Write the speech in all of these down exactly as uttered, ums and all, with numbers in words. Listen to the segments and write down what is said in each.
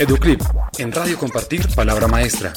Educlip, en Radio Compartir, Palabra Maestra.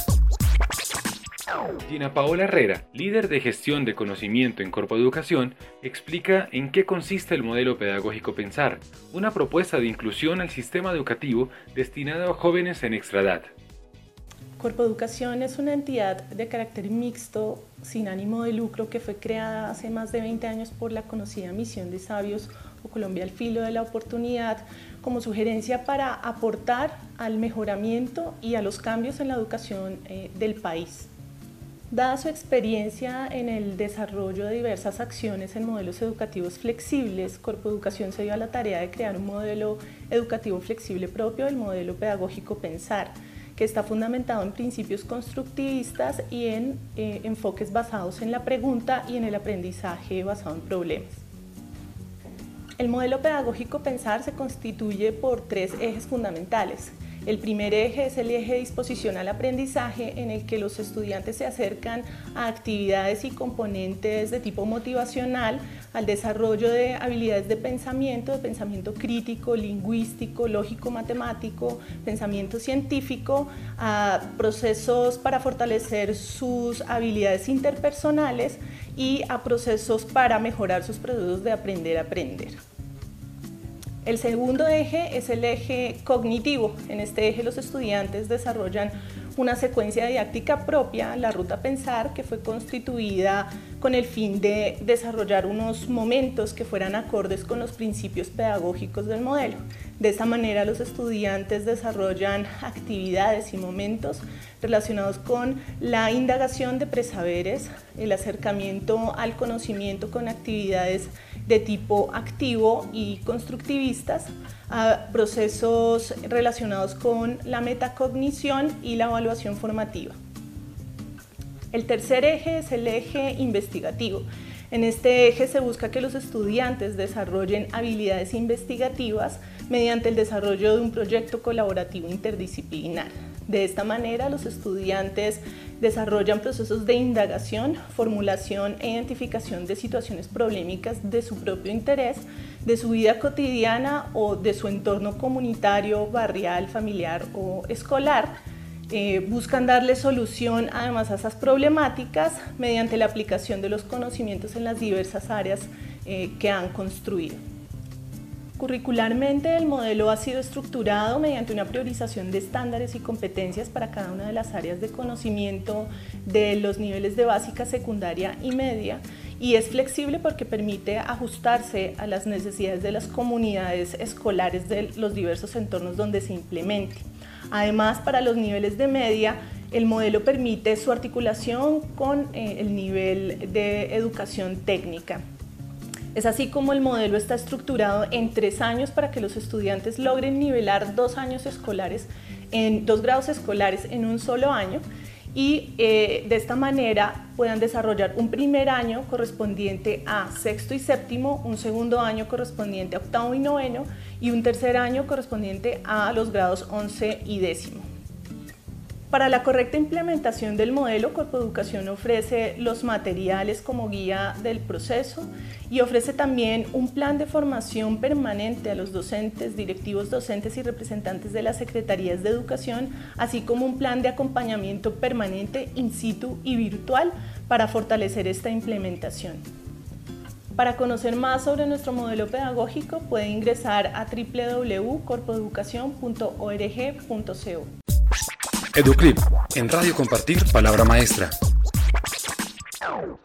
Gina Paola Herrera, líder de gestión de conocimiento en Corpo Educación, explica en qué consiste el modelo pedagógico Pensar, una propuesta de inclusión al sistema educativo destinado a jóvenes en extradad. Corpo Educación es una entidad de carácter mixto, sin ánimo de lucro, que fue creada hace más de veinte años por la conocida misión de Sabios o Colombia al Filo de la Oportunidad, como sugerencia para aportar al mejoramiento y a los cambios en la educación eh, del país. Dada su experiencia en el desarrollo de diversas acciones en modelos educativos flexibles, Corpo Educación se dio a la tarea de crear un modelo educativo flexible propio, el modelo pedagógico Pensar, que está fundamentado en principios constructivistas y en eh, enfoques basados en la pregunta y en el aprendizaje basado en problemas. El modelo pedagógico Pensar se constituye por tres ejes fundamentales. El primer eje es el eje de disposición al aprendizaje, en el que los estudiantes se acercan a actividades y componentes de tipo motivacional, al desarrollo de habilidades de pensamiento, de pensamiento crítico, lingüístico, lógico, matemático, pensamiento científico, a procesos para fortalecer sus habilidades interpersonales y a procesos para mejorar sus procesos de aprender a aprender. El segundo eje es el eje cognitivo. En este eje los estudiantes desarrollan una secuencia didáctica propia, la ruta Pensar, que fue constituida con el fin de desarrollar unos momentos que fueran acordes con los principios pedagógicos del modelo. De esta manera los estudiantes desarrollan actividades y momentos relacionados con la indagación de presaberes, el acercamiento al conocimiento con actividades de tipo activo y constructivistas, a procesos relacionados con la metacognición y la evaluación formativa. El tercer eje es el eje investigativo. En este eje se busca que los estudiantes desarrollen habilidades investigativas mediante el desarrollo de un proyecto colaborativo interdisciplinar. De esta manera, los estudiantes desarrollan procesos de indagación, formulación e identificación de situaciones problemáticas de su propio interés, de su vida cotidiana o de su entorno comunitario, barrial, familiar o escolar. Eh, buscan darle solución además a esas problemáticas mediante la aplicación de los conocimientos en las diversas áreas eh, que han construido. Curricularmente, el modelo ha sido estructurado mediante una priorización de estándares y competencias para cada una de las áreas de conocimiento de los niveles de básica, secundaria y media, y es flexible porque permite ajustarse a las necesidades de las comunidades escolares de los diversos entornos donde se implemente. Además, para los niveles de media, el modelo permite su articulación con eh, el nivel de educación técnica. Es así como el modelo está estructurado en tres años para que los estudiantes logren nivelar dos años escolares, en dos grados escolares en un solo año, y eh, de esta manera puedan desarrollar un primer año correspondiente a sexto y séptimo, un segundo año correspondiente a octavo y noveno y un tercer año correspondiente a los grados once y décimo. Para la correcta implementación del modelo, Corpo Educación ofrece los materiales como guía del proceso y ofrece también un plan de formación permanente a los docentes, directivos docentes y representantes de las secretarías de educación, así como un plan de acompañamiento permanente in situ y virtual para fortalecer esta implementación. Para conocer más sobre nuestro modelo pedagógico, puede ingresar a doble u doble u doble u punto corpo educación punto org punto co. Educlip, en Radio Compartir, Palabra Maestra.